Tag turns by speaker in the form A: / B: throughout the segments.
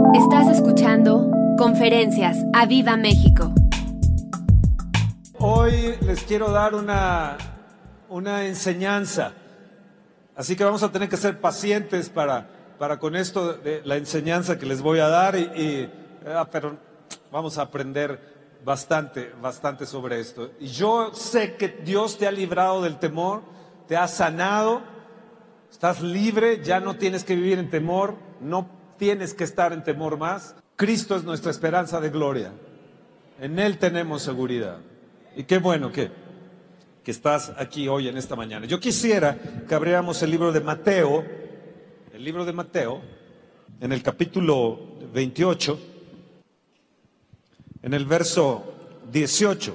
A: Estás escuchando Conferencias a Viva México.
B: Hoy les quiero dar una enseñanza, así que vamos a tener que ser pacientes para con esto de la enseñanza que les voy a dar, pero vamos a aprender bastante sobre esto. Y yo sé que Dios te ha librado del temor, te ha sanado, estás libre, ya no tienes que vivir en temor, no tienes que estar en temor más. Cristo es nuestra esperanza de gloria, en Él tenemos seguridad. Y qué bueno que estás aquí hoy en esta mañana. Yo quisiera que abriéramos el libro de Mateo, en el capítulo 28, en el verso 18.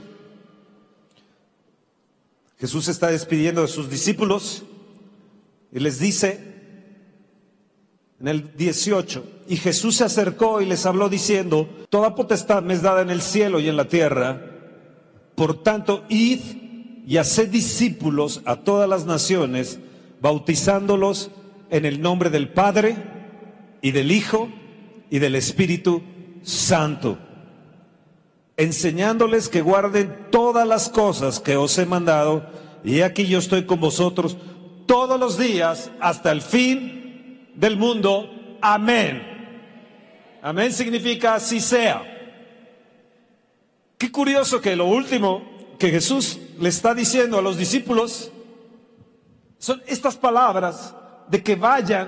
B: Jesús está despidiendo de sus discípulos y les dice en el 18: y Jesús se acercó y les habló diciendo: toda potestad me es dada en el cielo y en la tierra. Por tanto, id y haced discípulos a todas las naciones, bautizándolos en el nombre del Padre, y del Hijo, y del Espíritu Santo, enseñándoles que guarden todas las cosas que os he mandado, y aquí yo estoy con vosotros todos los días hasta el fin del mundo. Amén. Amén significa así sea. Qué curioso que lo último que Jesús le está diciendo a los discípulos son estas palabras de que vayan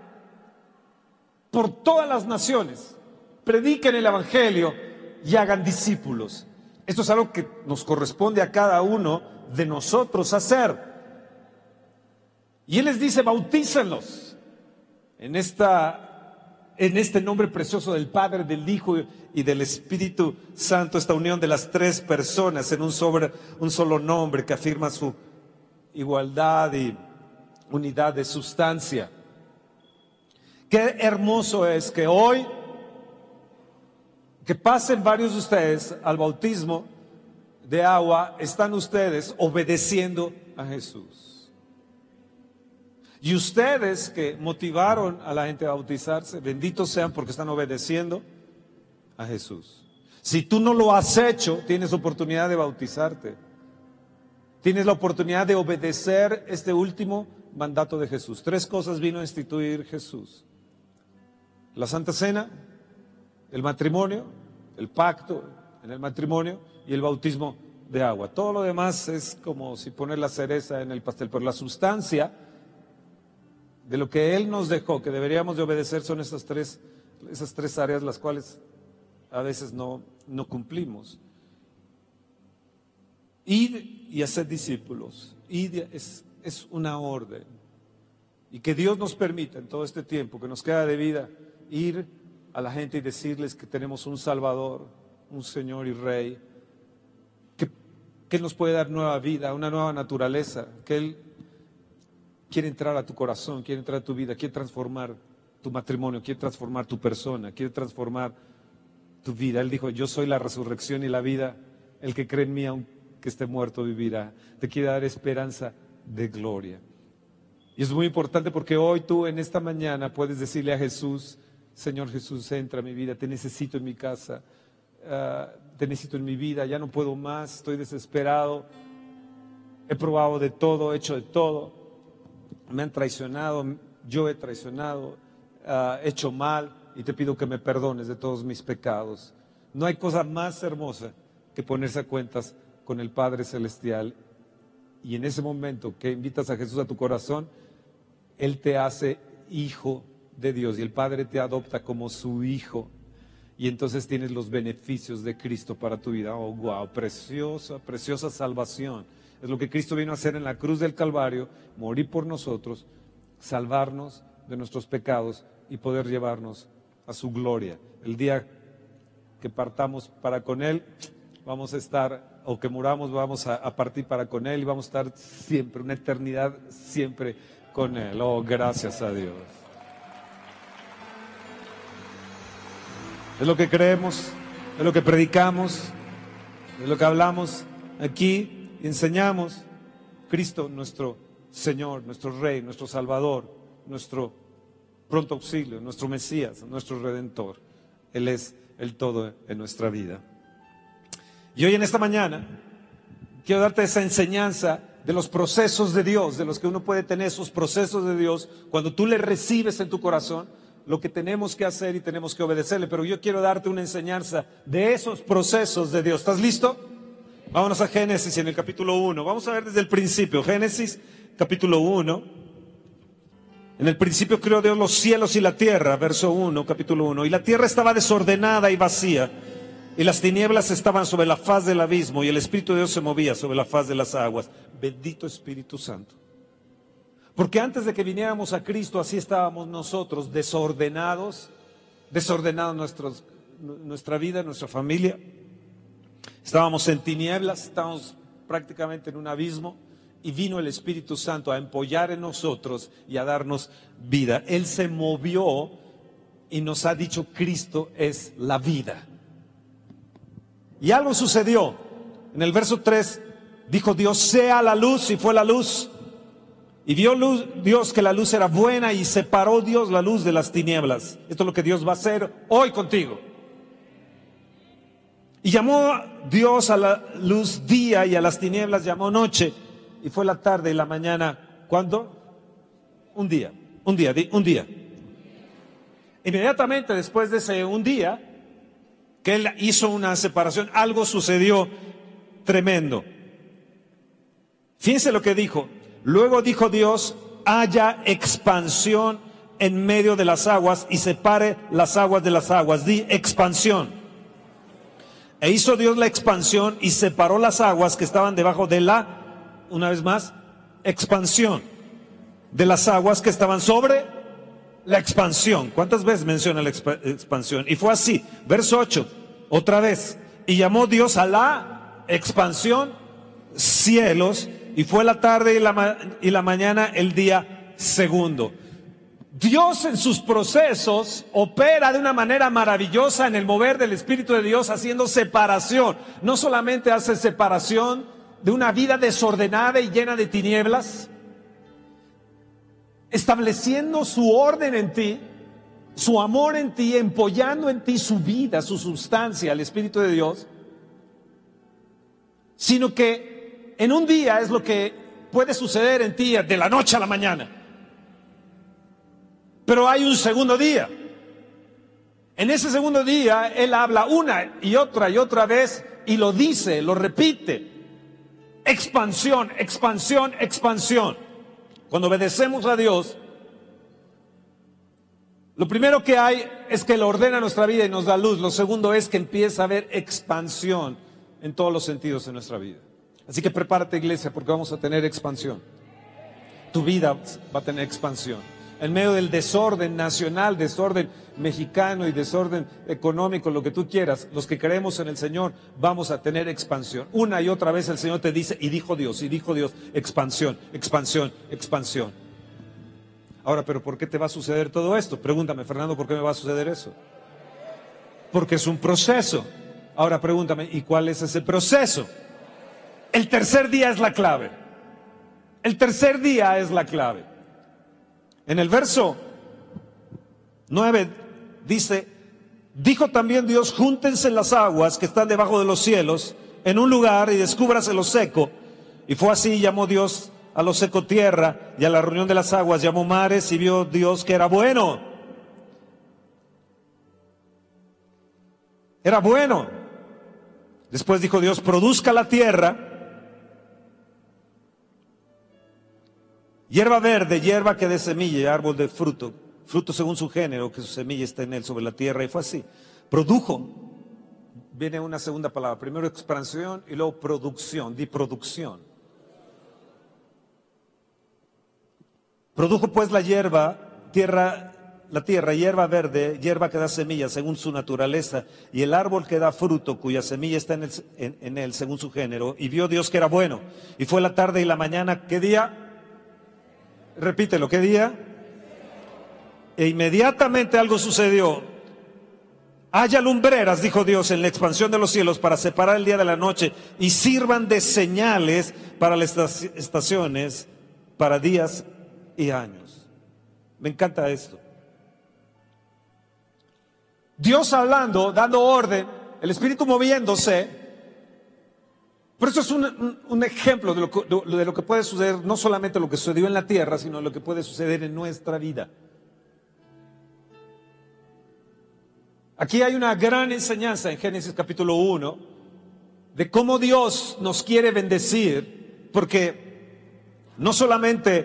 B: por todas las naciones, prediquen el evangelio y hagan discípulos. Esto es algo que nos corresponde a cada uno de nosotros hacer. Y Él les dice: bautícenlos en este nombre precioso del Padre, del Hijo y del Espíritu Santo, esta unión de las tres personas en un solo nombre que afirma su igualdad y unidad de sustancia. Qué hermoso es que hoy, que pasen varios de ustedes al bautismo de agua, están ustedes obedeciendo a Jesús. Y ustedes que motivaron a la gente a bautizarse, benditos sean porque están obedeciendo a Jesús. Si tú no lo has hecho, tienes oportunidad de bautizarte. Tienes la oportunidad de obedecer este último mandato de Jesús. 3 cosas vino a instituir Jesús: la Santa Cena, el matrimonio, el pacto en el matrimonio y el bautismo de agua. Todo lo demás es como si poner la cereza en el pastel, pero la sustancia de lo que Él nos dejó, que deberíamos de obedecer, son esas tres áreas, las cuales a veces no cumplimos. Id y haced discípulos. Id es una orden. Y que Dios nos permita en todo este tiempo que nos queda de vida ir a la gente y decirles que tenemos un Salvador, un Señor y Rey, que Él nos puede dar nueva vida, una nueva naturaleza, que Él quiere entrar a tu corazón, quiere entrar a tu vida, quiere transformar tu matrimonio, quiere transformar tu persona, quiere transformar tu vida. Él dijo: yo soy la resurrección y la vida, el que cree en mí aunque esté muerto vivirá. Te quiere dar esperanza de gloria. Y es muy importante porque hoy tú en esta mañana puedes decirle a Jesús: Señor Jesús, entra a mi vida, te necesito en mi casa, te necesito en mi vida, ya no puedo más, estoy desesperado, he probado de todo, he hecho de todo. Me han traicionado, yo he traicionado, he hecho mal y te pido que me perdones de todos mis pecados. No hay cosa más hermosa que ponerse a cuentas con el Padre Celestial. Y en ese momento que invitas a Jesús a tu corazón, Él te hace hijo de Dios y el Padre te adopta como su hijo. Y entonces tienes los beneficios de Cristo para tu vida. Oh, wow, preciosa salvación. Es lo que Cristo vino a hacer en la cruz del Calvario: morir por nosotros, salvarnos de nuestros pecados y poder llevarnos a su gloria. El día que partamos para con Él, vamos a estar, o que muramos, vamos a partir para con Él y vamos a estar siempre, una eternidad siempre con Él. Oh, gracias a Dios. Es lo que creemos, es lo que predicamos, es lo que hablamos aquí. Y enseñamos: Cristo, nuestro Señor, nuestro Rey, nuestro Salvador, nuestro pronto auxilio, nuestro Mesías, nuestro Redentor. Él es el todo en nuestra vida. Y hoy en esta mañana quiero darte esa enseñanza de los procesos de Dios, de los que uno puede tener esos procesos de Dios cuando tú le recibes en tu corazón, lo que tenemos que hacer y tenemos que obedecerle. Pero yo quiero darte una enseñanza de esos procesos de Dios. ¿Estás listo? Vámonos a Génesis en el capítulo 1. Vamos a ver desde el principio. Génesis capítulo 1. En el principio creó Dios los cielos y la tierra, verso 1, capítulo 1. Y la tierra estaba desordenada y vacía, y las tinieblas estaban sobre la faz del abismo, y el Espíritu de Dios se movía sobre la faz de las aguas. Bendito Espíritu Santo. Porque antes de que viniéramos a Cristo, así estábamos nosotros, desordenados nuestra vida, nuestra familia. Estábamos en tinieblas, estábamos prácticamente en un abismo. Y vino el Espíritu Santo a empollar en nosotros y a darnos vida. Él se movió y nos ha dicho: Cristo es la vida. Y algo sucedió. En el verso 3 dijo Dios: sea la luz, y fue la luz. Y vio Dios que la luz era buena, y separó Dios la luz de las tinieblas. Esto es lo que Dios va a hacer hoy contigo. Y llamó Dios a la luz día, y a las tinieblas llamó noche. Y fue la tarde y la mañana. ¿Cuándo? Un día. Inmediatamente después de ese un día, que Él hizo una separación, algo sucedió tremendo. Fíjense lo que dijo. Luego dijo Dios: haya expansión en medio de las aguas, y separe las aguas de las aguas. Di expansión. E hizo Dios la expansión y separó las aguas que estaban debajo de la, una vez más, expansión, de las aguas que estaban sobre la expansión. ¿Cuántas veces menciona la expansión? Y fue así. Verso 8, otra vez. Y llamó Dios a la expansión cielos, y fue la tarde y la mañana el día segundo. Dios en sus procesos opera de una manera maravillosa en el mover del Espíritu de Dios, haciendo separación. No solamente hace separación de una vida desordenada y llena de tinieblas, estableciendo su orden en ti, su amor en ti, empollando en ti su vida, su sustancia, el Espíritu de Dios, sino que en un día es lo que puede suceder en ti de la noche a la mañana. Pero hay un segundo día. En ese segundo día Él habla una y otra vez, y lo dice, lo repite. Expansión, expansión, expansión. Cuando obedecemos a Dios, lo primero que hay es que Él ordena nuestra vida y nos da luz. Lo segundo es que empieza a haber expansión en todos los sentidos de nuestra vida. Así que prepárate, iglesia, porque vamos a tener expansión. Tu vida va a tener expansión. En medio del desorden nacional, desorden mexicano y desorden económico, lo que tú quieras, los que creemos en el Señor vamos a tener expansión. Una y otra vez el Señor te dice: y dijo Dios, expansión, expansión, expansión. Ahora, ¿pero por qué te va a suceder todo esto? Pregúntame, Fernando, ¿por qué me va a suceder eso? Porque es un proceso. Ahora pregúntame, ¿y cuál es ese proceso? El tercer día es la clave. El tercer día es la clave. En el verso 9 dice: dijo también Dios: júntense las aguas que están debajo de los cielos en un lugar, y descúbrase lo seco. Y fue así. Y llamó Dios a lo seco tierra, y a la reunión de las aguas llamó mares, y vio Dios que era bueno. Era bueno. Después dijo Dios: produzca la tierra hierba verde, hierba que dé semilla, y árbol de fruto, fruto según su género, que su semilla esté en él sobre la tierra. Y fue así. Produjo. Viene una segunda palabra. Primero expansión y luego producción. Di producción. Produjo pues la tierra, hierba verde, hierba que da semilla según su naturaleza, y el árbol que da fruto, cuya semilla está en él según su género. Y vio Dios que era bueno. Y fue la tarde y la mañana. ¿Qué día? Repítelo, ¿qué día? E inmediatamente algo sucedió. Haya lumbreras, dijo Dios, en la expansión de los cielos, para separar el día de la noche, y sirvan de señales para las estaciones, para días y años. Me encanta esto. Dios hablando, dando orden, el Espíritu moviéndose. Pero eso es un ejemplo de lo que puede suceder, no solamente lo que sucedió en la tierra, sino lo que puede suceder en nuestra vida. Aquí hay una gran enseñanza en Génesis capítulo 1 de cómo Dios nos quiere bendecir, porque no solamente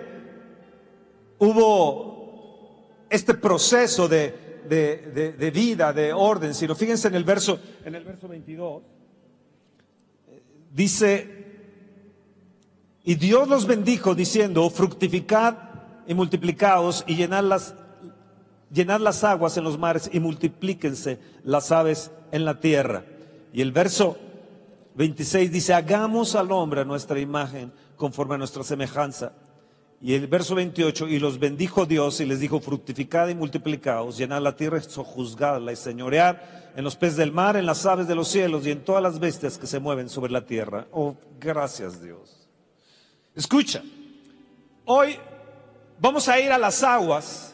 B: hubo este proceso de vida, de orden, sino fíjense en el verso 22, dice, y Dios los bendijo diciendo, fructificad y multiplicaos y llenad las aguas en los mares y multiplíquense las aves en la tierra. Y el verso 26 dice, hagamos al hombre a nuestra imagen conforme a nuestra semejanza. Y el verso 28, y los bendijo Dios y les dijo, fructificad y multiplicaos, llenad la tierra, sojuzgadla y señoread en los peces del mar, en las aves de los cielos y en todas las bestias que se mueven sobre la tierra. Oh, gracias Dios. Escucha, hoy vamos a ir a las aguas.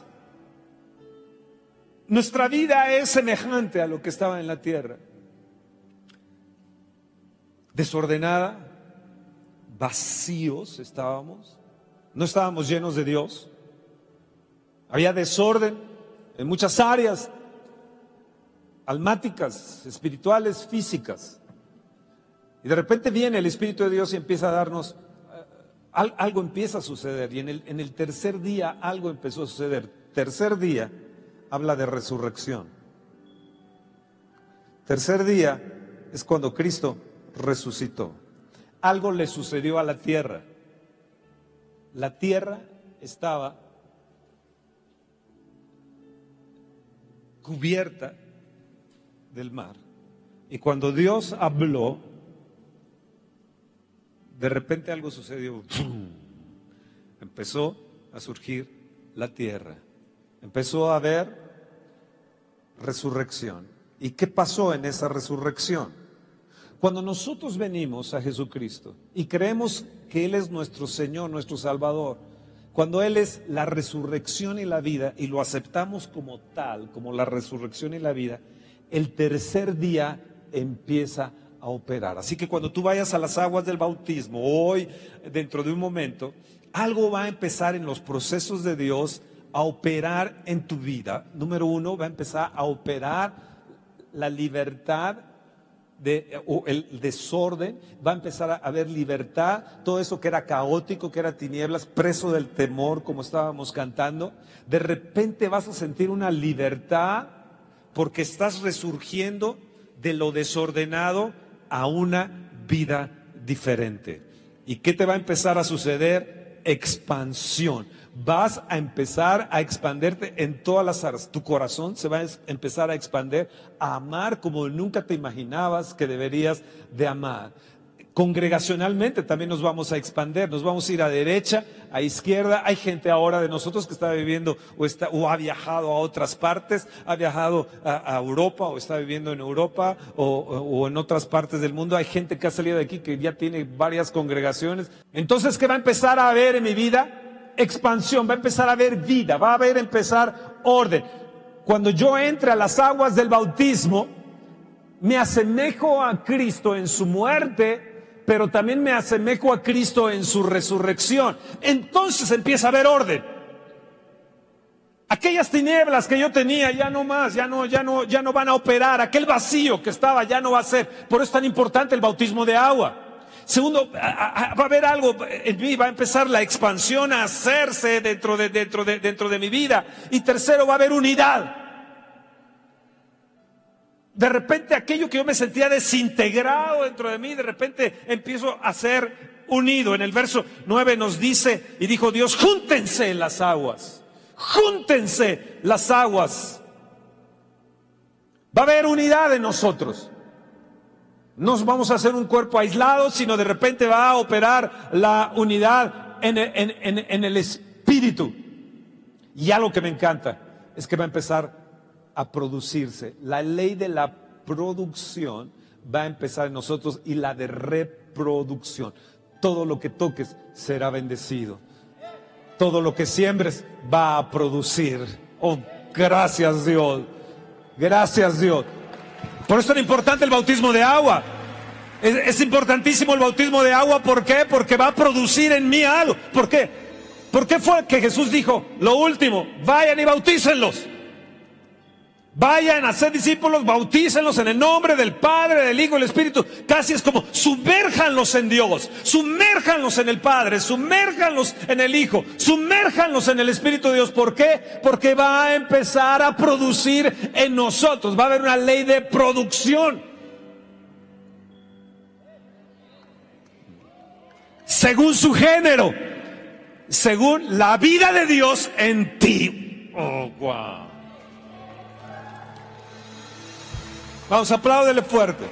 B: Nuestra vida es semejante a lo que estaba en la tierra. Desordenada, vacíos estábamos, no estábamos llenos de Dios. Había desorden en muchas áreas, almáticas, espirituales, físicas. Y de repente viene el Espíritu de Dios y empieza a darnos, algo empieza a suceder. Y en el tercer día algo empezó a suceder. Tercer día habla de resurrección. Tercer día es cuando Cristo resucitó. Algo le sucedió a la tierra. La tierra estaba cubierta del mar. Y cuando Dios habló, de repente algo sucedió. Empezó a surgir la tierra. Empezó a haber resurrección. ¿Y qué pasó en esa resurrección? Cuando nosotros venimos a Jesucristo y creemos que Él es nuestro Señor, nuestro Salvador, cuando Él es la resurrección y la vida y lo aceptamos como tal, como la resurrección y la vida, el tercer día empieza a operar. Así que cuando tú vayas a las aguas del bautismo, hoy, dentro de un momento, algo va a empezar en los procesos de Dios a operar en tu vida. Número uno, va a empezar a operar la libertad o el desorden, va a empezar a haber libertad, todo eso que era caótico, que era tinieblas, preso del temor, como estábamos cantando, de repente vas a sentir una libertad porque estás resurgiendo de lo desordenado a una vida diferente. ¿Y qué te va a empezar a suceder? Expansión. Vas a empezar a expandirte en todas las áreas. Tu corazón se va a empezar a expandir, a amar como nunca te imaginabas que deberías de amar. Congregacionalmente también nos vamos a expandir, nos vamos a ir a derecha, a izquierda. Hay gente ahora de nosotros que está viviendo o ha viajado a otras partes, ha viajado a Europa o está viviendo en Europa o en otras partes del mundo. Hay gente que ha salido de aquí que ya tiene varias congregaciones. Entonces, ¿qué va a empezar a haber en mi vida? Expansión, va a empezar a haber vida, va a empezar orden. Cuando yo entre a las aguas del bautismo, me asemejo a Cristo en su muerte, pero también me asemejo a Cristo en su resurrección. Entonces empieza a haber orden. Aquellas tinieblas que yo tenía ya no más, ya no van a operar. Aquel vacío que estaba ya no va a ser. Por eso es tan importante el bautismo de agua. Segundo, va a haber algo en mí, va a empezar la expansión a hacerse dentro de mi vida. Y tercero, va a haber unidad. De repente aquello que yo me sentía desintegrado dentro de mí, de repente empiezo a ser unido. En el verso 9 nos dice, y dijo Dios, júntense las aguas, júntense las aguas. Va a haber unidad en nosotros. No vamos a hacer un cuerpo aislado, sino de repente va a operar la unidad en el espíritu. Y algo que me encanta es que va a empezar a producirse. La ley de la producción va a empezar en nosotros y la de reproducción. Todo lo que toques será bendecido. Todo lo que siembres va a producir. Oh, gracias Dios. Gracias, Dios. Por eso es tan importante el bautismo de agua. Es importantísimo el bautismo de agua. ¿Por qué? Porque va a producir en mí algo. ¿Por qué? ¿Por qué fue que Jesús dijo, lo último, vayan y bautícenlos? Vayan a ser discípulos, bautícenlos en el nombre del Padre, del Hijo y del Espíritu. Casi es como, sumérjanlos en Dios, sumérjanlos en el Padre, sumérjanlos en el Hijo, sumérjanlos en el Espíritu de Dios. ¿Por qué? Porque va a empezar a producir en nosotros, va a haber una ley de producción. Según su género, según la vida de Dios en ti. Oh, wow. Vamos, apláudele fuerte.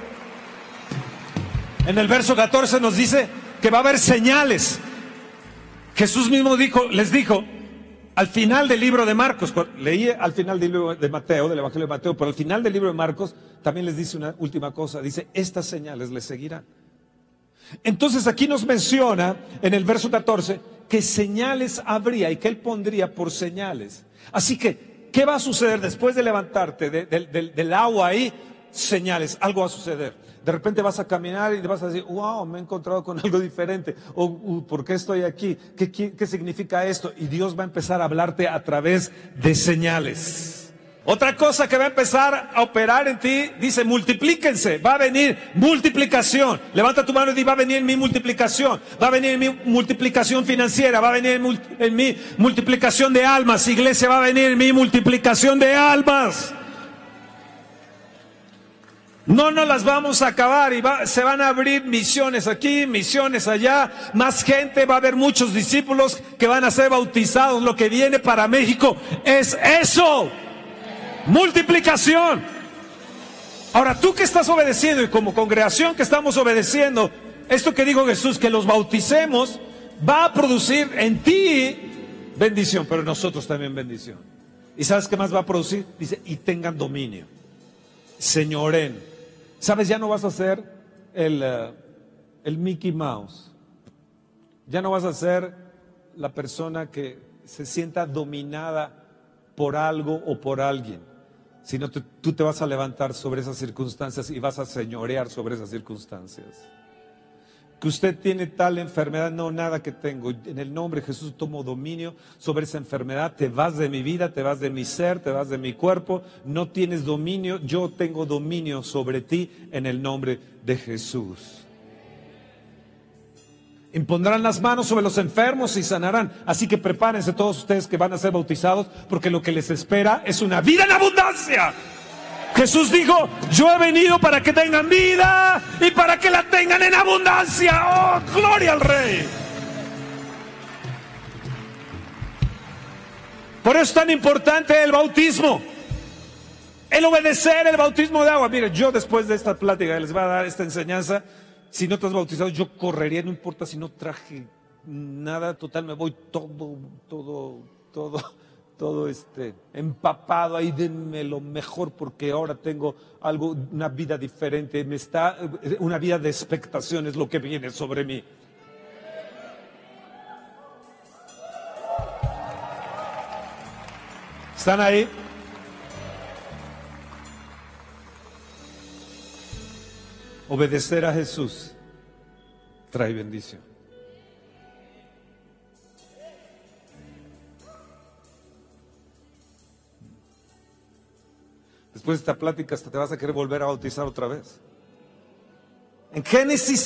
B: En el verso 14 nos dice que va a haber señales. Jesús mismo les dijo, al final del libro de Marcos, leí al final del libro de Mateo, del Evangelio de Mateo, pero al final del libro de Marcos también les dice una última cosa. Dice, estas señales les seguirán. Entonces aquí nos menciona en el verso 14 que señales habría y que Él pondría por señales. Así que, ¿qué va a suceder después de levantarte del agua ahí? Señales, algo va a suceder. De repente vas a caminar y te vas a decir, wow, me he encontrado con algo diferente. O ¿por qué estoy aquí? ¿Qué significa esto? Y Dios va a empezar a hablarte a través de señales. Otra cosa que va a empezar a operar en ti, dice, multiplíquense, va a venir multiplicación. Levanta tu mano y di, va a venir mi multiplicación, va a venir mi multiplicación financiera, va a venir en mi multiplicación de almas. Iglesia, va a venir mi multiplicación de almas. No nos las vamos a acabar y se van a abrir misiones aquí, misiones allá, más gente, va a haber muchos discípulos que van a ser bautizados. Lo que viene para México es eso. Multiplicación. Ahora, tú que estás obedeciendo y como congregación que estamos obedeciendo esto que dijo Jesús, que los bauticemos, va a producir en ti bendición, pero en nosotros también bendición. ¿Y sabes qué más va a producir? Dice, y tengan dominio, señoren. ¿Sabes? Ya no vas a ser el Mickey Mouse. Ya no vas a ser la persona que se sienta dominada por algo o por alguien, sino tú te vas a levantar sobre esas circunstancias y vas a señorear sobre esas circunstancias. Que usted tiene tal enfermedad, no, nada que tengo. En el nombre de Jesús tomo dominio sobre esa enfermedad. Te vas de mi vida, te vas de mi ser, te vas de mi cuerpo. No tienes dominio, yo tengo dominio sobre ti en el nombre de Jesús. Impondrán las manos sobre los enfermos y sanarán. Así que prepárense todos ustedes que van a ser bautizados, porque lo que les espera es una vida en abundancia. Jesús dijo, yo he venido para que tengan vida y para que la tengan en abundancia. ¡Oh, gloria al Rey! Por eso es tan importante el bautismo, el obedecer el bautismo de agua. Mire, yo después de esta plática les voy a dar esta enseñanza. Si no te has bautizado, yo correría, no importa si no traje nada, total, me voy todo empapado ahí, denme lo mejor porque ahora tengo algo, una vida diferente, una vida de expectación es lo que viene sobre mí. ¿Están ahí? Obedecer a Jesús trae bendición. Después de esta plática hasta te vas a querer volver a bautizar otra vez. En Génesis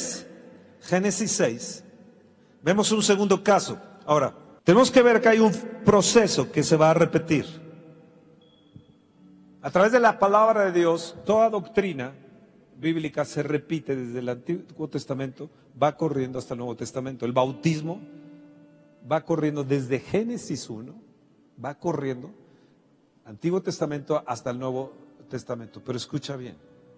B: 6, vemos un segundo caso. Ahora, tenemos que ver que hay un proceso que se va a repetir. A través de la palabra de Dios, toda doctrina bíblica se repite desde el Antiguo Testamento, va corriendo hasta el Nuevo Testamento. El bautismo va corriendo desde Génesis 1, va corriendo Antiguo Testamento hasta el Nuevo Testamento. Pero escucha bien,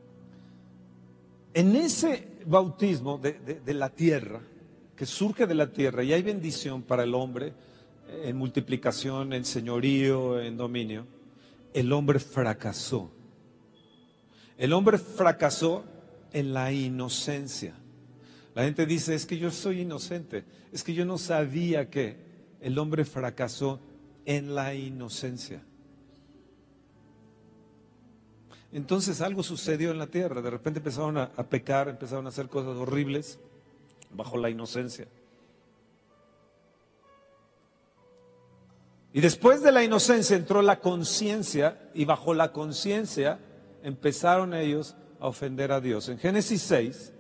B: en ese bautismo de la tierra, que surge de la tierra, y hay bendición para el hombre en multiplicación, en señorío, en dominio, el hombre fracasó. El hombre fracasó en la inocencia. La gente dice, es que yo soy inocente, es que yo no sabía que. El hombre fracasó en la inocencia. Entonces algo sucedió en la tierra. De repente empezaron a pecar, empezaron a hacer cosas horribles bajo la inocencia. Y después de la inocencia entró la conciencia, y bajo la conciencia empezaron ellos a ofender a Dios. En Génesis 6,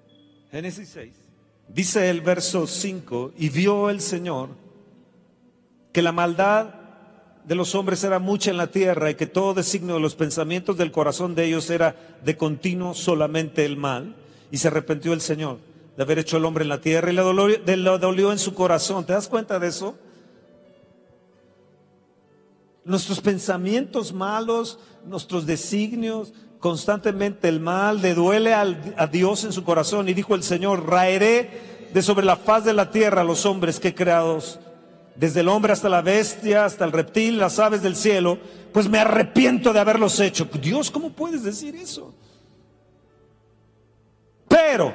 B: dice el verso 5, y vio el Señor que la maldad de los hombres era mucha en la tierra, y que todo designio de los pensamientos del corazón de ellos era de continuo solamente el mal. Y se arrepintió el Señor de haber hecho al hombre en la tierra, y le dolió en su corazón. ¿Te das cuenta de eso? Nuestros pensamientos malos, nuestros designios, constantemente el mal, le duele a Dios en su corazón. Y dijo el Señor: raeré de sobre la faz de la tierra a los hombres que he creado, desde el hombre hasta la bestia, hasta el reptil, las aves del cielo, pues me arrepiento de haberlos hecho. Dios, ¿cómo puedes decir eso? Pero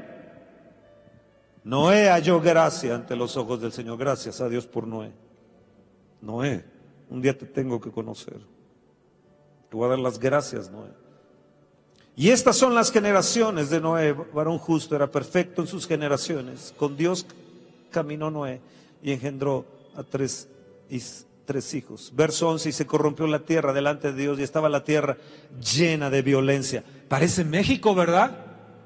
B: Noé halló gracia ante los ojos del Señor. Gracias a Dios por Noé. Noé, un día te tengo que conocer. Te voy a dar las gracias, Noé. Y estas son las generaciones de Noé, varón justo, era perfecto en sus generaciones. Con Dios caminó Noé y engendró a tres hijos. Verso 11, y se corrompió la tierra delante de Dios, y estaba la tierra llena de violencia. Parece México, ¿verdad?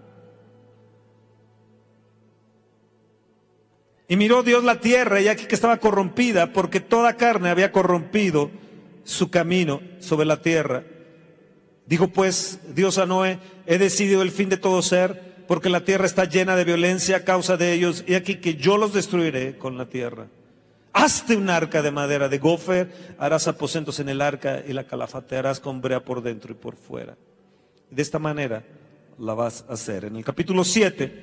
B: Y miró Dios la tierra, y aquí que estaba corrompida, porque toda carne había corrompido su camino sobre la tierra. Dijo pues Dios a Noé: he decidido el fin de todo ser, porque la tierra está llena de violencia a causa de ellos, y aquí que yo los destruiré con la tierra. Hazte un arca de madera de gofer, harás aposentos en el arca, y la calafatearás con brea por dentro y por fuera. De esta manera la vas a hacer. En el capítulo 7,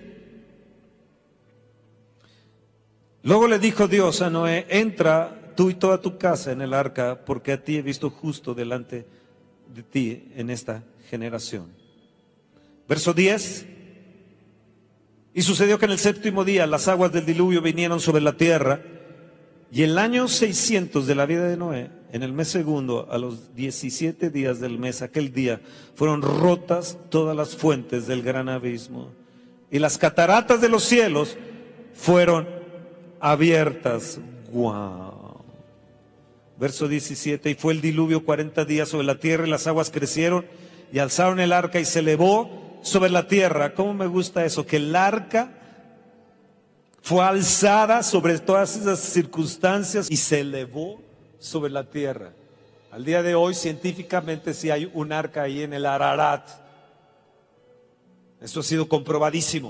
B: luego le dijo Dios a Noé: entra tú y toda tu casa en el arca, porque a ti he visto justo delante de ti en esta generación. Verso 10. Y sucedió que en el séptimo día las aguas del diluvio vinieron sobre la tierra, y el año 600 de la vida de Noé, en el mes segundo, a los 17 días del mes, aquel día, fueron rotas todas las fuentes del gran abismo, y las cataratas de los cielos fueron abiertas. ¡Guau! Verso 17, y fue el diluvio 40 días sobre la tierra, y las aguas crecieron y alzaron el arca y se elevó sobre la tierra. ¿Cómo me gusta eso? Que el arca fue alzada sobre todas esas circunstancias y se elevó sobre la tierra. Al día de hoy, científicamente, sí hay un arca ahí en el Ararat. Esto ha sido comprobadísimo.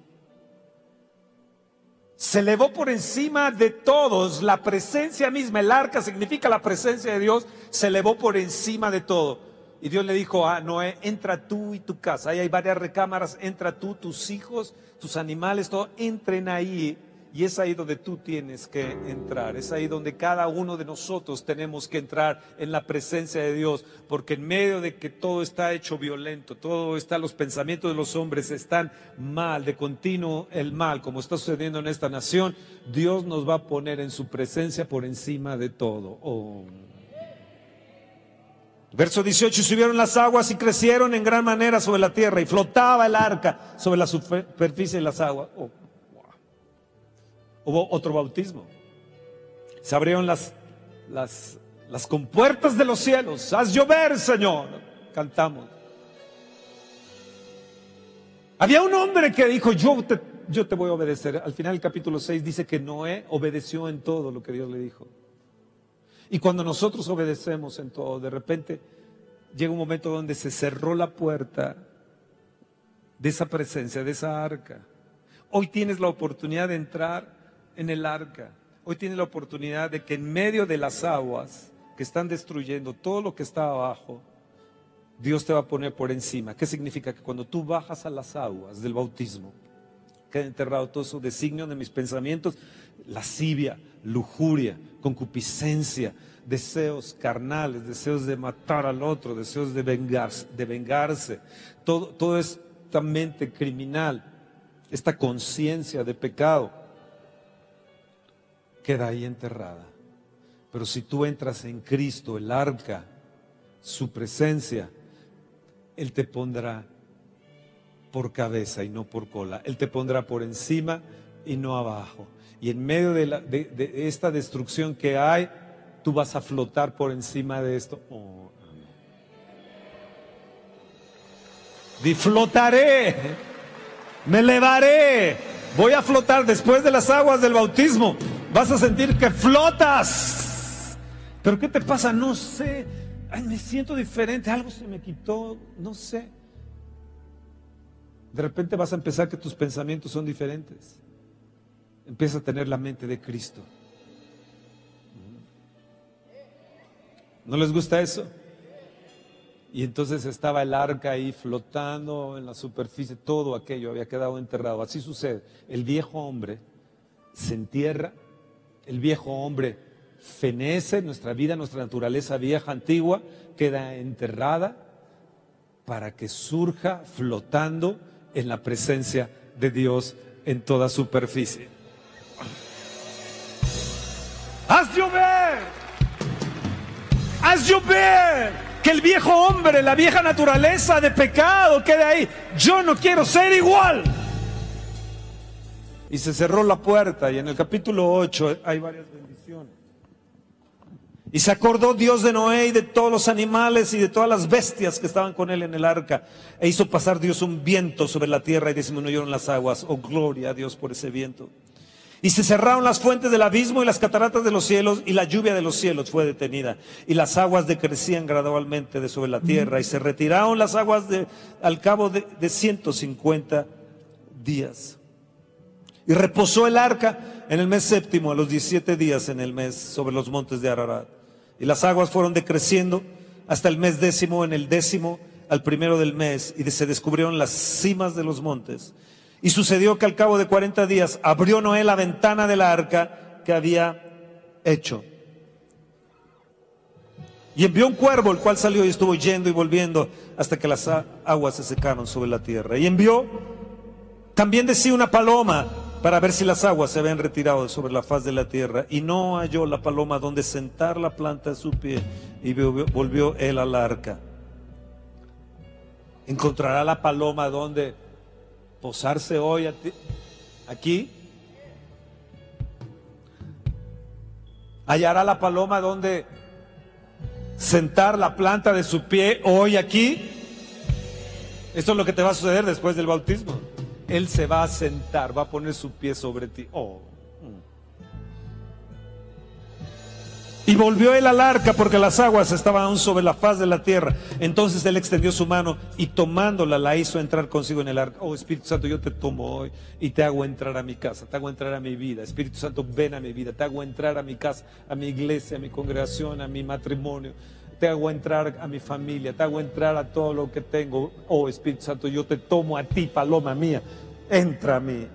B: Se elevó por encima de todos, la presencia misma, el arca significa la presencia de Dios, se elevó por encima de todo. Y Dios le dijo a Noé: entra tú y tu casa, ahí hay varias recámaras, entra tú, tus hijos, tus animales, todo, entren ahí. Y es ahí donde tú tienes que entrar, es ahí donde cada uno de nosotros tenemos que entrar en la presencia de Dios, porque en medio de que todo está hecho violento, todo está, los pensamientos de los hombres están mal, de continuo el mal, como está sucediendo en esta nación, Dios nos va a poner en su presencia por encima de todo. Oh. Verso 18, y subieron las aguas y crecieron en gran manera sobre la tierra, y flotaba el arca sobre la superficie de las aguas. Oh. Hubo otro bautismo. Se abrieron las compuertas de los cielos. Haz llover, Señor. Cantamos. Había un hombre que dijo: yo te voy a obedecer. Al final del capítulo 6 dice que Noé obedeció en todo lo que Dios le dijo. Y cuando nosotros obedecemos en todo, de repente llega un momento donde se cerró la puerta de esa presencia, de esa arca. Hoy tienes la oportunidad de entrar en el arca. Hoy tienes la oportunidad de que en medio de las aguas que están destruyendo todo lo que está abajo, Dios te va a poner por encima. ¿Qué significa? Que cuando tú bajas a las aguas del bautismo, queda enterrado todo eso designio de mis pensamientos, lascivia, lujuria, concupiscencia, deseos carnales, deseos de matar al otro, deseos de vengarse, todo esta mente criminal, esta conciencia de pecado, queda ahí enterrada. Pero si tú entras en Cristo, el arca, su presencia, Él te pondrá por cabeza y no por cola. Él te pondrá por encima y no abajo. Y en medio de esta destrucción que hay, tú vas a flotar por encima de esto. Oh, di flotaré, me elevaré, voy a flotar después de las aguas del bautismo. Vas a sentir que flotas. ¿Pero qué te pasa? No sé. Ay, me siento diferente, algo se me quitó, no sé. De repente vas a empezar que tus pensamientos son diferentes. Empieza a tener la mente de Cristo. ¿No les gusta eso? Y entonces estaba el arca ahí flotando en la superficie, todo aquello había quedado enterrado. Así sucede. El viejo hombre se entierra, el viejo hombre fenece, nuestra vida, nuestra naturaleza vieja, antigua, queda enterrada para que surja flotando en la presencia de Dios en toda superficie. Haz llover, haz llover, que el viejo hombre, la vieja naturaleza de pecado quede ahí. Yo no quiero ser igual. Y se cerró la puerta, y en el capítulo 8 hay varias bendiciones. Y se acordó Dios de Noé y de todos los animales y de todas las bestias que estaban con él en el arca. E hizo pasar Dios un viento sobre la tierra y disminuyeron las aguas. Oh, gloria a Dios por ese viento. Y se cerraron las fuentes del abismo y las cataratas de los cielos, y la lluvia de los cielos fue detenida. Y las aguas decrecían gradualmente de sobre la tierra, y se retiraron las aguas al cabo de 150 días. Y reposó el arca en el mes séptimo, a los 17 días en el mes, sobre los montes de Ararat. Y las aguas fueron decreciendo hasta el mes décimo, en el décimo, al primero del mes, y se descubrieron las cimas de los montes. Y sucedió que al cabo de 40 días abrió Noé la ventana de la arca que había hecho. Y envió un cuervo, el cual salió y estuvo yendo y volviendo hasta que las aguas se secaron sobre la tierra. Y envió también de sí una paloma para ver si las aguas se habían retirado sobre la faz de la tierra. Y no halló la paloma donde sentar la planta de su pie. Y volvió él al arca. ¿Encontrará la paloma donde posarse hoy aquí? ¿Hallará la paloma donde sentar la planta de su pie hoy aquí? Esto es lo que te va a suceder después del bautismo. Él se va a sentar, va a poner su pie sobre ti. Oh. Y volvió él al arca porque las aguas estaban aún sobre la faz de la tierra. Entonces él extendió su mano y tomándola la hizo entrar consigo en el arca. Oh, Espíritu Santo, yo te tomo hoy y te hago entrar a mi casa, te hago entrar a mi vida. Espíritu Santo, ven a mi vida, te hago entrar a mi casa, a mi iglesia, a mi congregación, a mi matrimonio. Te hago entrar a mi familia, te hago entrar a todo lo que tengo. Oh, Espíritu Santo, yo te tomo a ti, paloma mía, entra a mí.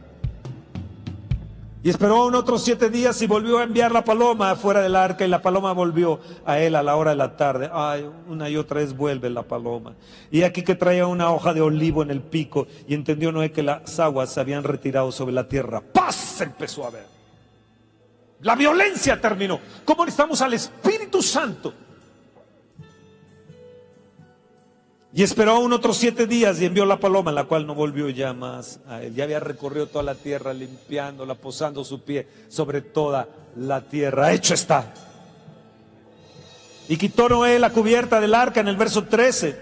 B: Y esperó aún otros 7 días y volvió a enviar la paloma afuera del arca, y la paloma volvió a él a la hora de la tarde. Ay, una y otra vez vuelve la paloma. Y aquí que traía una hoja de olivo en el pico, y entendió Noé que las aguas se habían retirado sobre la tierra. ¡Paz! Empezó a ver. La violencia terminó. ¿Cómo necesitamos al Espíritu Santo? Y esperó aún otros 7 días y envió la paloma, la cual no volvió ya más a él. Ya había recorrido toda la tierra, limpiándola, posando su pie sobre toda la tierra. Hecho está. Y quitó Noé la cubierta del arca en el verso 13.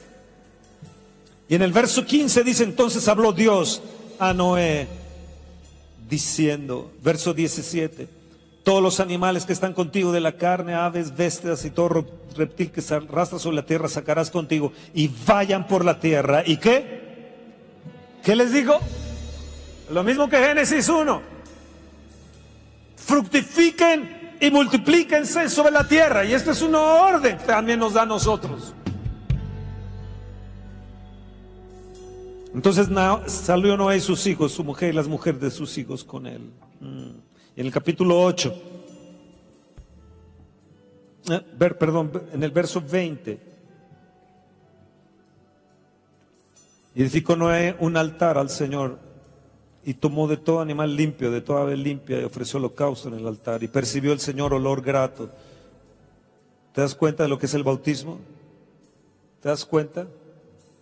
B: Y en el verso 15 dice: entonces habló Dios a Noé diciendo, verso 17: todos los animales que están contigo de la carne, aves, bestias y todo reptil que se arrastra sobre la tierra sacarás contigo, y vayan por la tierra. ¿Y qué? ¿Qué les digo? Lo mismo que Génesis 1. Fructifiquen y multiplíquense sobre la tierra. Y esta es una orden que también nos da a nosotros. Entonces salió Noé y sus hijos, su mujer y las mujeres de sus hijos con él. En el capítulo 8, en el verso 20, edificó Noé un altar al Señor y tomó de todo animal limpio, de toda ave limpia, y ofreció holocausto en el altar, y percibió el Señor olor grato. ¿Te das cuenta de lo que es el bautismo? ¿Te das cuenta?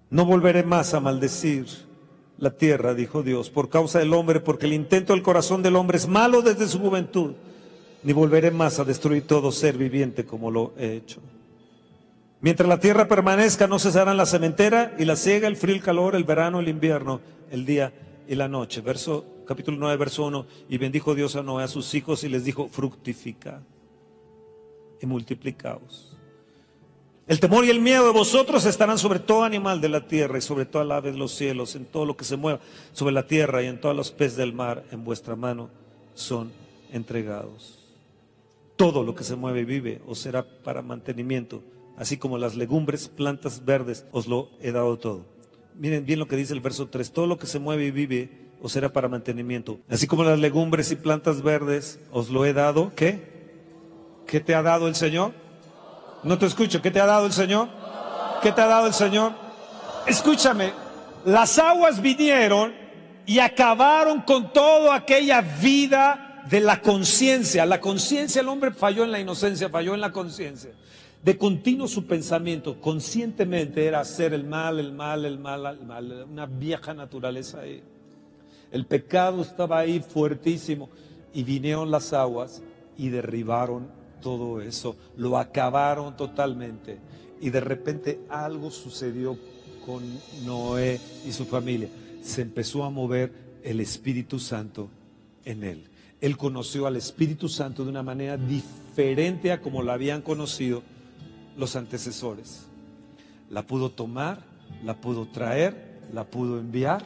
B: No volveré más a maldecir la tierra, dijo Dios, por causa del hombre, porque el intento del corazón del hombre es malo desde su juventud. Ni volveré más a destruir todo ser viviente como lo he hecho. Mientras la tierra permanezca, no cesarán la sementera y la siega, el frío, el calor, el verano, el invierno, el día y la noche. Capítulo 9, verso 1. Y bendijo Dios a Noé, a sus hijos, y les dijo: fructificad y multiplicaos. El temor y el miedo de vosotros estarán sobre todo animal de la tierra y sobre toda ave de los cielos, en todo lo que se mueva sobre la tierra y en todos los peces del mar. En vuestra mano son entregados. Todo lo que se mueve y vive os será para mantenimiento, así como las legumbres, plantas verdes, os lo he dado todo. Miren bien lo que dice el verso 3. Todo lo que se mueve y vive os será para mantenimiento, así como las legumbres y plantas verdes, os lo he dado. ¿Qué? ¿Qué te ha dado el Señor? No te escucho. ¿Qué te ha dado el Señor? ¿Qué te ha dado el Señor? Escúchame, las aguas vinieron y acabaron con toda aquella vida de la conciencia. La conciencia, el hombre falló en la inocencia, falló en la conciencia. De continuo su pensamiento, conscientemente, era hacer el mal, una vieja naturaleza ahí. El pecado estaba ahí fuertísimo y vinieron las aguas y derribaron todo eso, lo acabaron totalmente. Y de repente algo sucedió con Noé y su familia. Se empezó a mover el Espíritu Santo en él. Él conoció al Espíritu Santo de una manera diferente a como la habían conocido los antecesores. La pudo tomar, la pudo traer, la pudo enviar.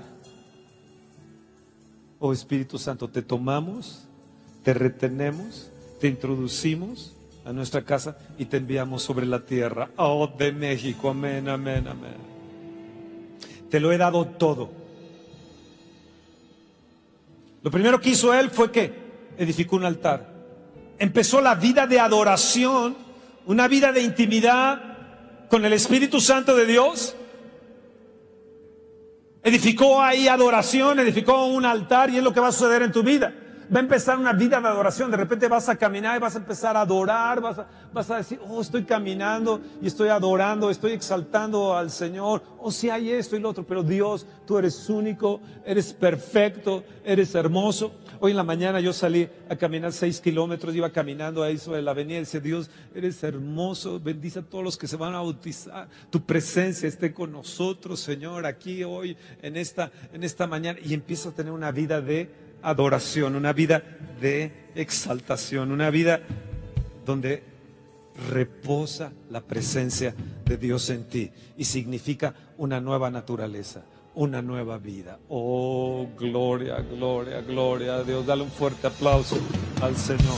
B: Oh Espíritu Santo, te tomamos, te retenemos, te introducimos a nuestra casa y te enviamos sobre la tierra. Oh, de México, amén, amén, amén. Te lo he dado todo. Lo primero que hizo él fue que edificó un altar. Empezó la vida de adoración, una vida de intimidad con el Espíritu Santo de Dios. Edificó ahí adoración, edificó un altar, y es lo que va a suceder en tu vida. Va a empezar una vida de adoración. De repente vas a caminar y vas a empezar a adorar, vas a decir: oh, estoy caminando y estoy adorando, estoy exaltando al Señor. Oh, sí, hay esto y lo otro, pero Dios, tú eres único, eres perfecto, eres hermoso. Hoy en la mañana yo salí a caminar 6 kilómetros, iba caminando ahí sobre la avenida y decía: Dios, eres hermoso, bendice a todos los que se van a bautizar, tu presencia esté con nosotros, Señor, aquí hoy, en esta mañana. Y empiezas a tener una vida de adoración, una vida de exaltación, una vida donde reposa la presencia de Dios en ti, y significa una nueva naturaleza, una nueva vida. Oh, gloria, gloria, gloria a Dios. Dale un fuerte aplauso al Señor.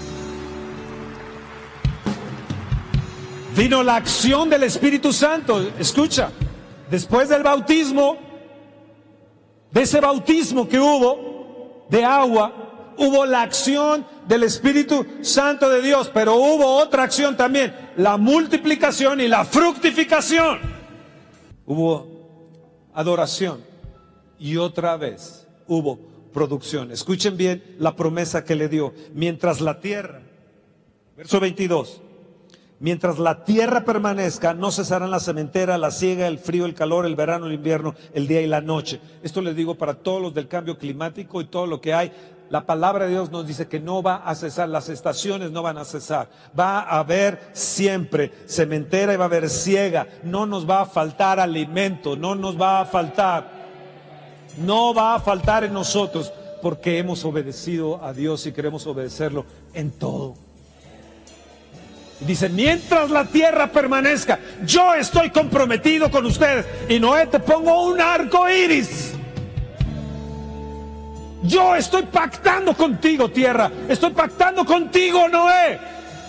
B: Vino la acción del Espíritu Santo. Escucha, después del bautismo, de ese bautismo que hubo de agua, hubo la acción del Espíritu Santo de Dios, pero hubo otra acción también, la multiplicación y la fructificación. Hubo adoración y otra vez hubo producción. Escuchen bien la promesa que le dio. Mientras la tierra, verso 22, mientras la tierra permanezca, no cesarán la sementera, la siega, el frío, el calor, el verano, el invierno, el día y la noche. Esto les digo para todos los del cambio climático y todo lo que hay. La palabra de Dios nos dice que no va a cesar, las estaciones no van a cesar. Va a haber siempre sementera y va a haber siega. No nos va a faltar alimento, no nos va a faltar. No va a faltar en nosotros, porque hemos obedecido a Dios y queremos obedecerlo en todo. Dice: mientras la tierra permanezca, yo estoy comprometido con ustedes. Y Noé, te pongo un arco iris. Yo estoy pactando contigo, tierra. Estoy pactando contigo, Noé.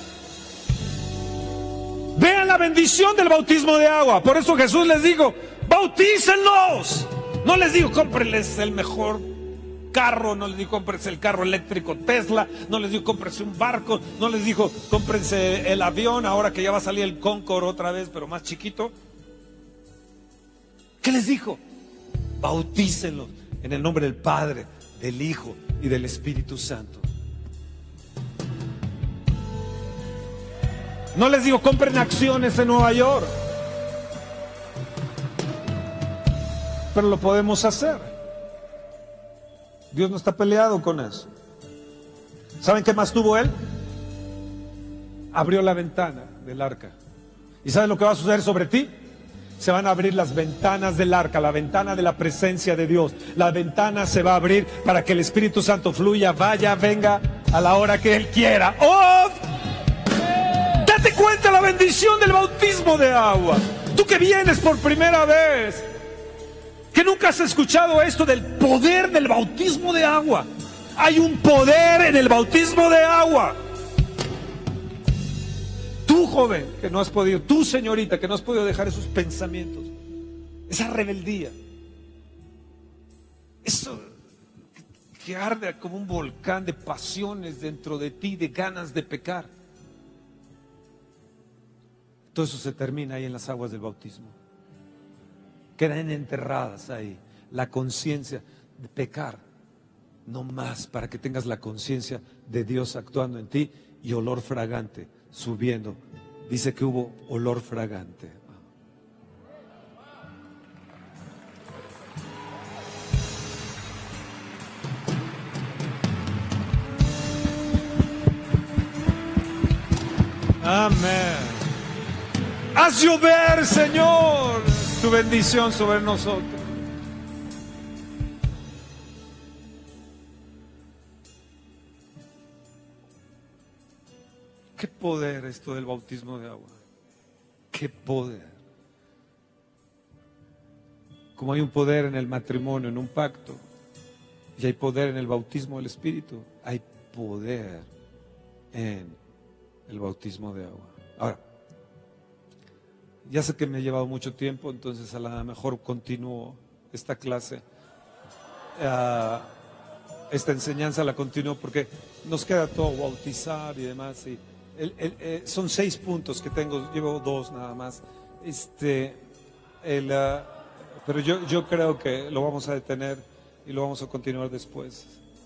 B: Vean la bendición del bautismo de agua. Por eso Jesús les dijo: bautícenlos. No les dijo: cómprenles el mejor carro, no les dijo: cómprense el carro eléctrico Tesla, no les dijo: cómprense un barco, no les dijo: cómprense el avión, ahora que ya va a salir el Concorde otra vez, pero más chiquito. ¿Qué les dijo? Bautícenlos en el nombre del Padre, del Hijo y del Espíritu Santo. No les digo: compren acciones en Nueva York. pero lo podemos hacer. Dios no está peleado con eso. ¿Saben qué más tuvo él? Abrió la ventana del arca. ¿Y saben lo que va a suceder sobre ti? Se van a abrir las ventanas del arca, la ventana de la presencia de Dios. La ventana se va a abrir para que el Espíritu Santo fluya, vaya, venga a la hora que Él quiera. ¡Oh! Date cuenta la bendición del bautismo de agua. Tú que vienes por primera vez, que nunca has escuchado esto del poder del bautismo de agua. Hay un poder en el bautismo de agua. Tú, joven, que no has podido, tú, señorita, que no has podido dejar esos pensamientos, esa rebeldía, eso que arde como un volcán de pasiones dentro de ti, de ganas de pecar. Todo eso se termina ahí en las aguas del bautismo. Quedan enterradas ahí la conciencia de pecar, no más, para que tengas la conciencia de Dios actuando en ti y olor fragante subiendo. Dice que hubo olor fragante. Amén. Haz llover, Señor, tu bendición sobre nosotros. Qué poder esto del bautismo de agua. Qué poder. Como hay un poder en el matrimonio, en un pacto, y hay poder en el bautismo del Espíritu, hay poder en el bautismo de agua. Ahora, ya sé que me he llevado mucho tiempo, entonces a lo mejor continúo esta clase, esta enseñanza la continúo porque nos queda todo bautizar y demás. Y son 6 puntos que tengo, llevo 2 nada más. Pero yo creo que lo vamos a detener y lo vamos a continuar después.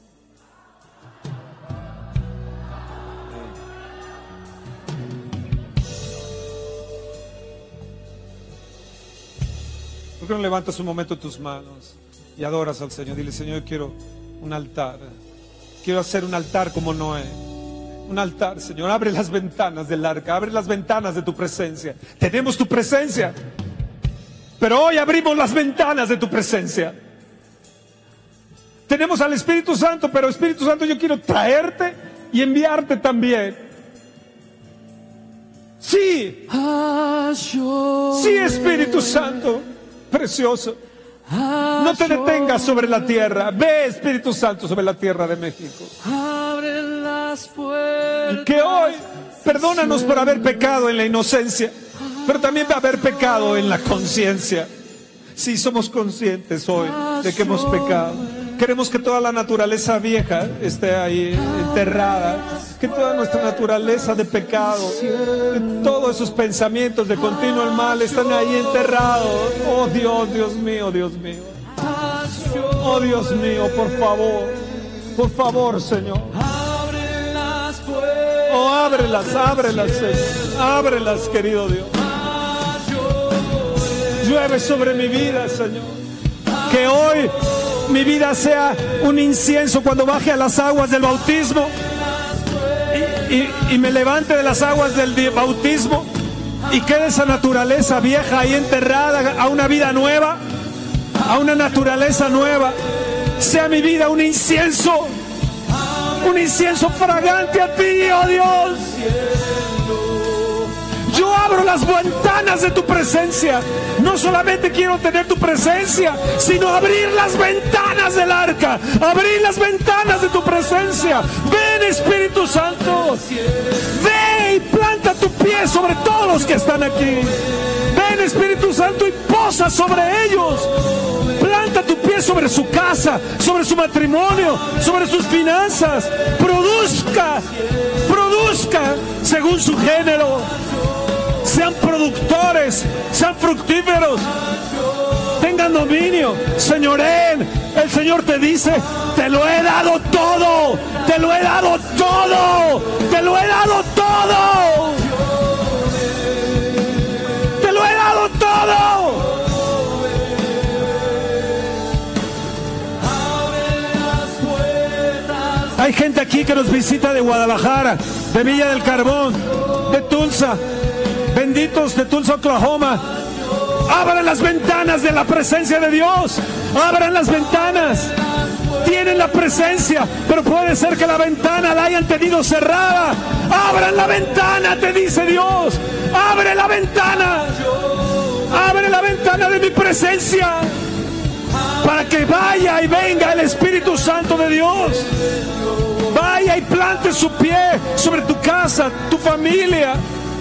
B: ¿Por qué no levantas un momento tus manos y adoras al Señor? Dile: Señor, yo quiero un altar. Quiero hacer un altar como Noé. Un altar, Señor. Abre las ventanas del arca, abre las ventanas de tu presencia. Tenemos tu presencia, pero hoy abrimos las ventanas de tu presencia. Tenemos al Espíritu Santo, pero Espíritu Santo, yo quiero traerte y enviarte también. Sí, sí, Espíritu Santo precioso, no te detengas sobre la tierra. Ve, Espíritu Santo, sobre la tierra de México. Que hoy, perdónanos por haber pecado en la inocencia, pero también va a haber pecado en la conciencia. Sí, somos conscientes hoy de que hemos pecado. Queremos que toda la naturaleza vieja esté ahí enterrada, que toda nuestra naturaleza de pecado, todos esos pensamientos de continuo el mal están ahí enterrados. Oh Dios, Dios mío, Dios mío. Oh Dios mío, por favor, Señor. Oh, ábrelas, Señor. Ábrelas, querido Dios. Llueve sobre mi vida, Señor. Que hoy mi vida sea un incienso cuando baje a las aguas del bautismo y me levante de las aguas del bautismo y quede esa naturaleza vieja ahí enterrada a una vida nueva, a una naturaleza nueva. Sea mi vida un incienso fragante a ti, oh Dios. Yo abro las ventanas de tu presencia. No solamente quiero tener tu presencia, sino abrir las ventanas del arca, abrir las ventanas de tu presencia. Ven, Espíritu Santo, ven y planta tu pie sobre todos los que están aquí. Ven, Espíritu Santo, y posa sobre ellos. Planta tu pie sobre su casa, sobre su matrimonio, sobre sus finanzas. Produzca según su género. Sean productores, sean fructíferos, tengan dominio, señoren. El Señor te dice: te lo he dado todo, te lo he dado todo, te lo he dado todo, te lo he dado todo. Hay gente aquí que nos visita de Guadalajara, de Villa del Carbón, de Tulsa. Benditos de Tulsa, Oklahoma. Abran las ventanas de la presencia de Dios. Abran las ventanas. Tienen la presencia, pero puede ser que la ventana la hayan tenido cerrada. Abran la ventana, te dice Dios. Abre la ventana. Abre la ventana de mi presencia, para que vaya y venga el Espíritu Santo de Dios. Vaya y plante su pie sobre tu casa, tu familia,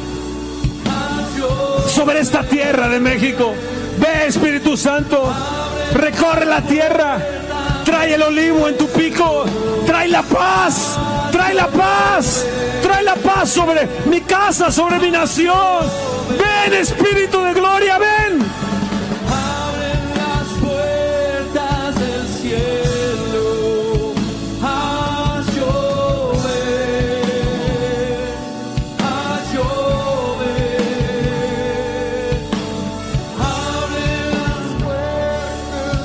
B: sobre esta tierra de México. Ve, Espíritu Santo, recorre la tierra. Trae el olivo en tu pico. Trae la paz. Trae la paz. Trae la paz sobre mi casa, sobre mi nación. Ven, Espíritu de gloria, ven.
C: Abren las puertas del cielo. Haz llover. Haz llover. Abre las puertas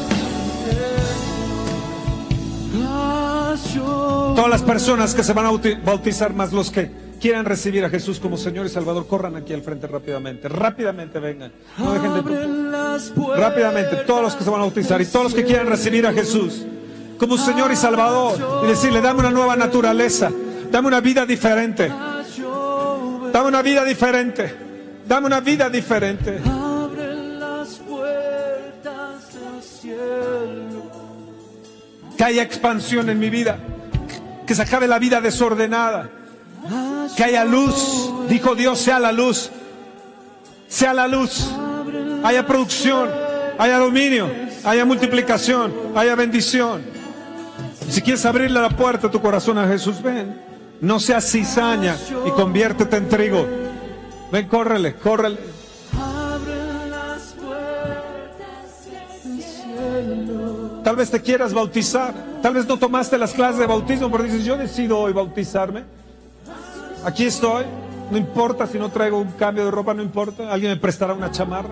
C: del cielo. Haz llover.
B: Todas las personas que se van a bautizar, más los que quieran recibir a Jesús como Señor y Salvador, corran aquí al frente rápidamente. Rápidamente vengan. No dejen de rápidamente, todos los que se van a bautizar y todos los que quieran recibir a Jesús como Señor y Salvador, y decirle: dame una nueva naturaleza, dame una vida diferente, dame una vida diferente, dame una vida diferente.
C: Abre las puertas del cielo.
B: Que haya expansión en mi vida, que se acabe la vida desordenada, que haya luz. Dijo Dios: sea la luz, sea la luz. Haya producción, haya dominio, haya multiplicación, haya bendición. Si quieres abrirle la puerta a tu corazón a Jesús, ven. No seas cizaña y conviértete en trigo. Ven, córrele, córrele.
C: Abre las puertas del cielo.
B: Tal vez te quieras bautizar, tal vez no tomaste las clases de bautismo, pero dices: yo decido hoy bautizarme. Aquí estoy, no importa si no traigo un cambio de ropa, no importa, alguien me prestará una chamarra.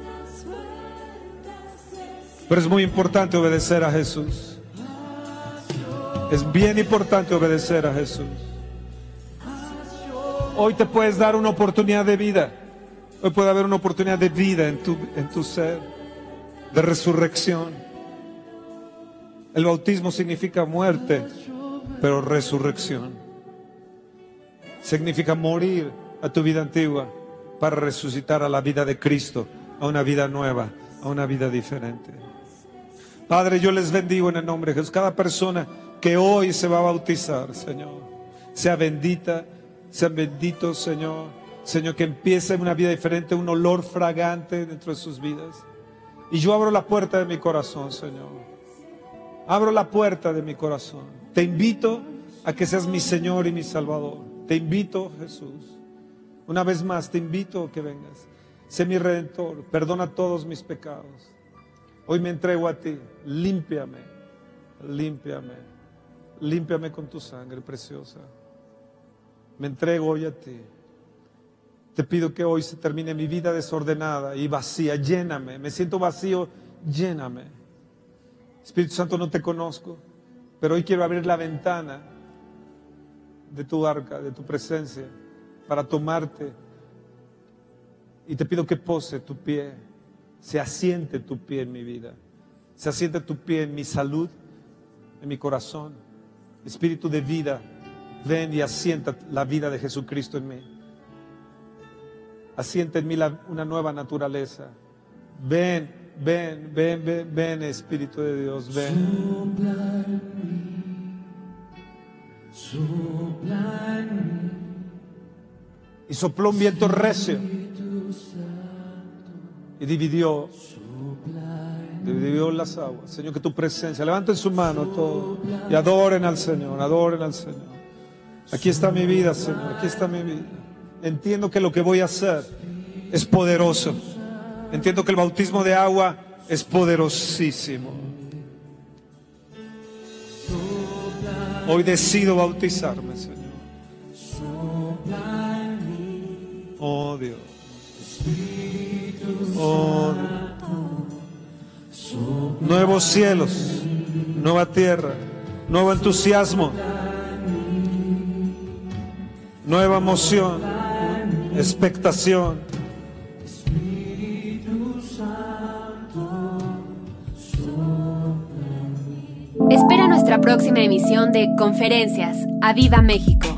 B: Pero es muy importante obedecer a Jesús. Es bien importante obedecer a Jesús. Hoy te puedes dar una oportunidad de vida. Hoy puede haber una oportunidad de vida en tu ser, de resurrección. El bautismo significa muerte, pero resurrección. Significa morir a tu vida antigua para resucitar a la vida de Cristo, a una vida nueva, a una vida diferente. Padre, yo les bendigo en el nombre de Jesús. Cada persona que hoy se va a bautizar, Señor, sea bendita, sean benditos, Señor. Señor, que empiece una vida diferente, un olor fragante dentro de sus vidas. Y yo abro la puerta de mi corazón, Señor. Abro la puerta de mi corazón. Te invito a que seas mi Señor y mi Salvador. Te invito, Jesús. Una vez más, te invito a que vengas. Sé mi Redentor. Perdona todos mis pecados. Hoy me entrego a ti. Límpiame. Límpiame. Límpiame con tu sangre preciosa. Me entrego hoy a ti. Te pido que hoy se termine mi vida desordenada y vacía. Lléname. Me siento vacío. Lléname. Espíritu Santo, no te conozco, pero hoy quiero abrir la ventana de tu arca, de tu presencia, para tomarte. Y te pido que pose tu pie, se asiente tu pie en mi vida, se asiente tu pie en mi salud, en mi corazón. Espíritu de vida, ven y asienta la vida de Jesucristo en mí. Asienta en mí una nueva naturaleza. Ven, ven, ven, ven, ven, Espíritu de Dios, ven.
C: Sopla en mí.
B: Y sopló un viento recio y dividió las aguas. Señor, que tu presencia, levanten su mano todos y adoren al Señor, adoren al Señor. Aquí está mi vida, Señor, aquí está mi vida. Entiendo que lo que voy a hacer es poderoso. Entiendo que el bautismo de agua es poderosísimo. Hoy decido bautizarme, Señor. Oh Dios. Oh Dios. Nuevos cielos, nueva tierra, nuevo entusiasmo, nueva emoción, expectación.
A: Espera nuestra próxima emisión de Conferencias. ¡A Viva México!